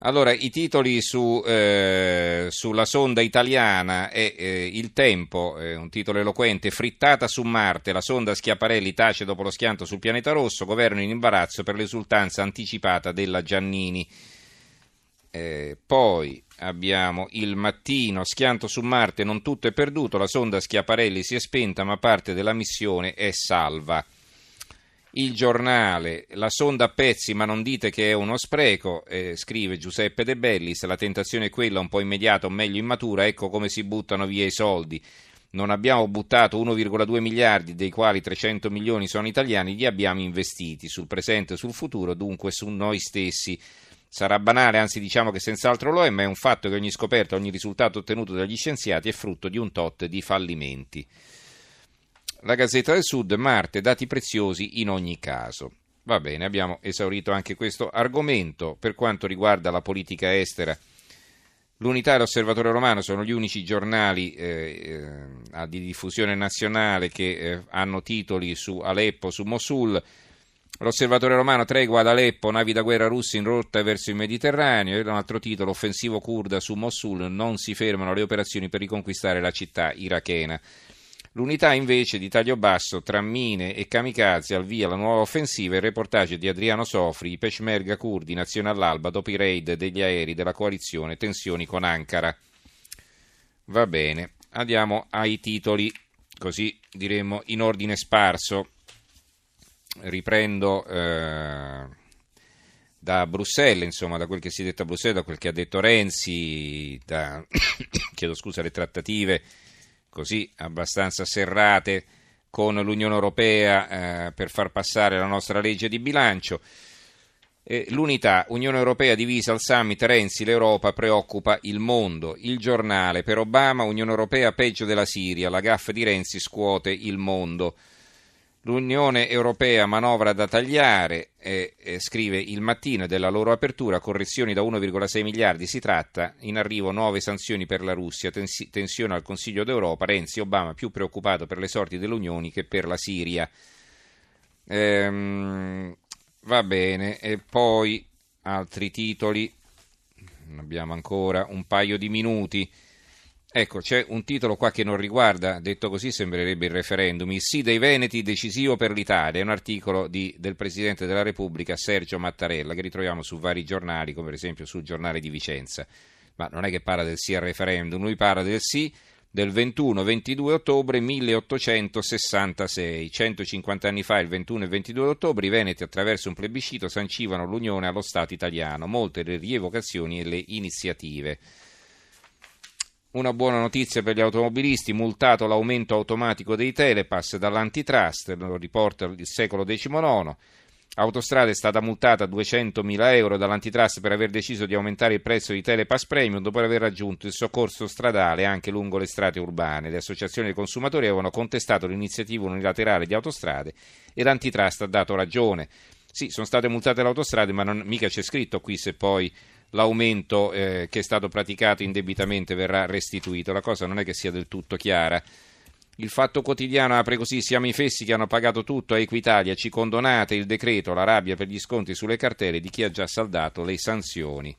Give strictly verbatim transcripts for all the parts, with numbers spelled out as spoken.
Allora, i titoli su, eh, sulla sonda italiana è eh, Il Tempo, eh, un titolo eloquente: frittata su Marte, la sonda Schiaparelli tace dopo lo schianto sul pianeta rosso, governo in imbarazzo per l'esultanza anticipata della Giannini. Eh, poi abbiamo Il Mattino: schianto su Marte, non tutto è perduto, la sonda Schiaparelli si è spenta ma parte della missione è salva. Il Giornale: la sonda a pezzi ma non dite che è uno spreco, eh, scrive Giuseppe De Bellis, la tentazione è quella un po' immediata o meglio immatura, ecco come si buttano via i soldi. Non abbiamo buttato uno virgola due miliardi, dei quali trecento milioni sono italiani, li abbiamo investiti sul presente e sul futuro, dunque su noi stessi. Sarà banale, anzi diciamo che senz'altro lo è, ma è un fatto che ogni scoperta, ogni risultato ottenuto dagli scienziati è frutto di un tot di fallimenti. La Gazzetta del Sud: Marte, dati preziosi in ogni caso. Va bene, abbiamo esaurito anche questo argomento. Per quanto riguarda la politica estera, l'Unità e l'Osservatore Romano sono gli unici giornali eh, eh, di diffusione nazionale che eh, hanno titoli su Aleppo, su Mosul. L'Osservatore Romano: tregua ad Aleppo, navi da guerra russe in rotta verso il Mediterraneo. E un altro titolo: offensivo kurda su Mosul, non si fermano le operazioni per riconquistare la città irachena. L'Unità invece di taglio basso: tra mine e kamikaze al via la nuova offensiva. Il reportage di Adriano Sofri: i peshmerga curdi in azione all'alba dopo i raid degli aerei della coalizione, tensioni con Ankara. Va bene, andiamo ai titoli, così diremmo in ordine sparso. Riprendo eh, da Bruxelles, insomma, da quel che si è detto a Bruxelles, da quel che ha detto Renzi, da chiedo scusa, le trattative così abbastanza serrate con l'Unione Europea eh, per far passare la nostra legge di bilancio. Eh, l'Unità: Unione Europea divisa al summit, Renzi, l'Europa preoccupa il mondo. Il Giornale: per Obama Unione Europea peggio della Siria, la gaffe di Renzi scuote il mondo. L'Unione Europea manovra da tagliare, eh, eh, scrive Il Mattino, della loro apertura, correzioni da uno virgola sei miliardi si tratta, in arrivo nuove sanzioni per la Russia, tensi- tensione al Consiglio d'Europa, Renzi, Obama più preoccupato per le sorti dell'Unione che per la Siria. Ehm, va bene, e poi altri titoli, abbiamo ancora un paio di minuti. Ecco, c'è un titolo qua che non riguarda, detto così sembrerebbe il referendum: il sì dei Veneti decisivo per l'Italia. È un articolo di, del Presidente della Repubblica Sergio Mattarella, che ritroviamo su vari giornali, come per esempio sul Giornale di Vicenza. Ma non è che parla del sì al referendum, lui parla del sì del ventuno ventidue ottobre milleottocentosessantasei. centocinquanta anni fa, il ventuno e ventidue ottobre, i Veneti attraverso un plebiscito sancivano l'unione allo Stato italiano, molte le rievocazioni e le iniziative. Una buona notizia per gli automobilisti: multato l'aumento automatico dei telepass dall'antitrust, lo riporta il Secolo diciannove. Autostrade è stata multata a duecentomila euro dall'antitrust per aver deciso di aumentare il prezzo di Telepass Premium dopo aver raggiunto il soccorso stradale anche lungo le strade urbane. Le associazioni dei consumatori avevano contestato l'iniziativa unilaterale di Autostrade e l'antitrust ha dato ragione. Sì, sono state multate le autostrade, ma non, mica c'è scritto qui se poi l'aumento eh, che è stato praticato indebitamente verrà restituito. La cosa non è che sia del tutto chiara. Il Fatto Quotidiano apre così: siamo i fessi che hanno pagato tutto a Equitalia, ci condonate, il decreto, la rabbia per gli sconti sulle cartelle di chi ha già saldato le sanzioni.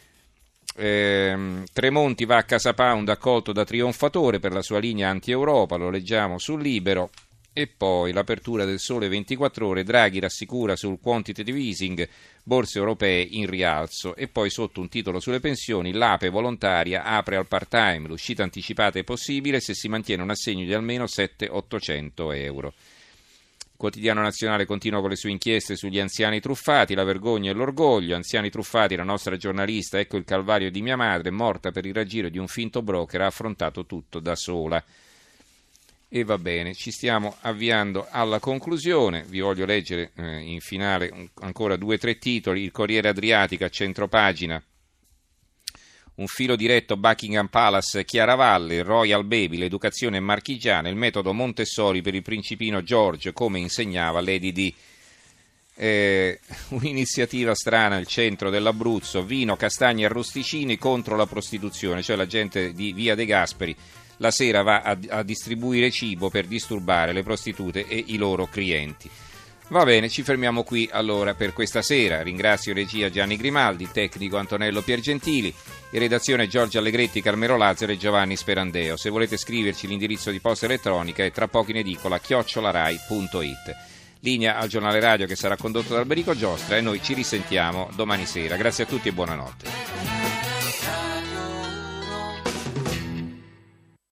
Eh, Tremonti va a Casa Pound accolto da trionfatore per la sua linea anti-Europa, lo leggiamo sul Libero. E poi l'apertura del Sole ventiquattro Ore: Draghi rassicura sul quantitative easing, borse europee in rialzo. E poi sotto un titolo sulle pensioni: l'Ape volontaria apre al part-time, l'uscita anticipata è possibile se si mantiene un assegno di almeno settecento ottocento euro. Il Quotidiano Nazionale continua con le sue inchieste sugli anziani truffati, la vergogna e l'orgoglio. Anziani truffati, la nostra giornalista: ecco il calvario di mia madre, morta per il raggiro di un finto broker, ha affrontato tutto da sola. E va bene, ci stiamo avviando alla conclusione. Vi voglio leggere eh, in finale un, ancora due o tre titoli. Il Corriere Adriatico a centropagina: un filo diretto Buckingham Palace Chiaravalle, Royal Baby, l'educazione marchigiana, il metodo Montessori per il principino George, come insegnava Lady Di. Eh, un'iniziativa strana, il centro dell'Abruzzo: vino, castagne e arrosticini contro la prostituzione, cioè la gente di Via De Gasperi la sera va a, a distribuire cibo per disturbare le prostitute e i loro clienti. Va bene, ci fermiamo qui allora per questa sera. Ringrazio regia Gianni Grimaldi, tecnico Antonello Piergentili, in redazione Giorgio Allegretti, Carmelo Lazzaro e Giovanni Sperandeo. Se volete scriverci, l'indirizzo di posta elettronica è tra poco in edicola chiocciolarai punto it. Linea al giornale radio che sarà condotto da Alberico Giostra e noi ci risentiamo domani sera. Grazie a tutti e buonanotte.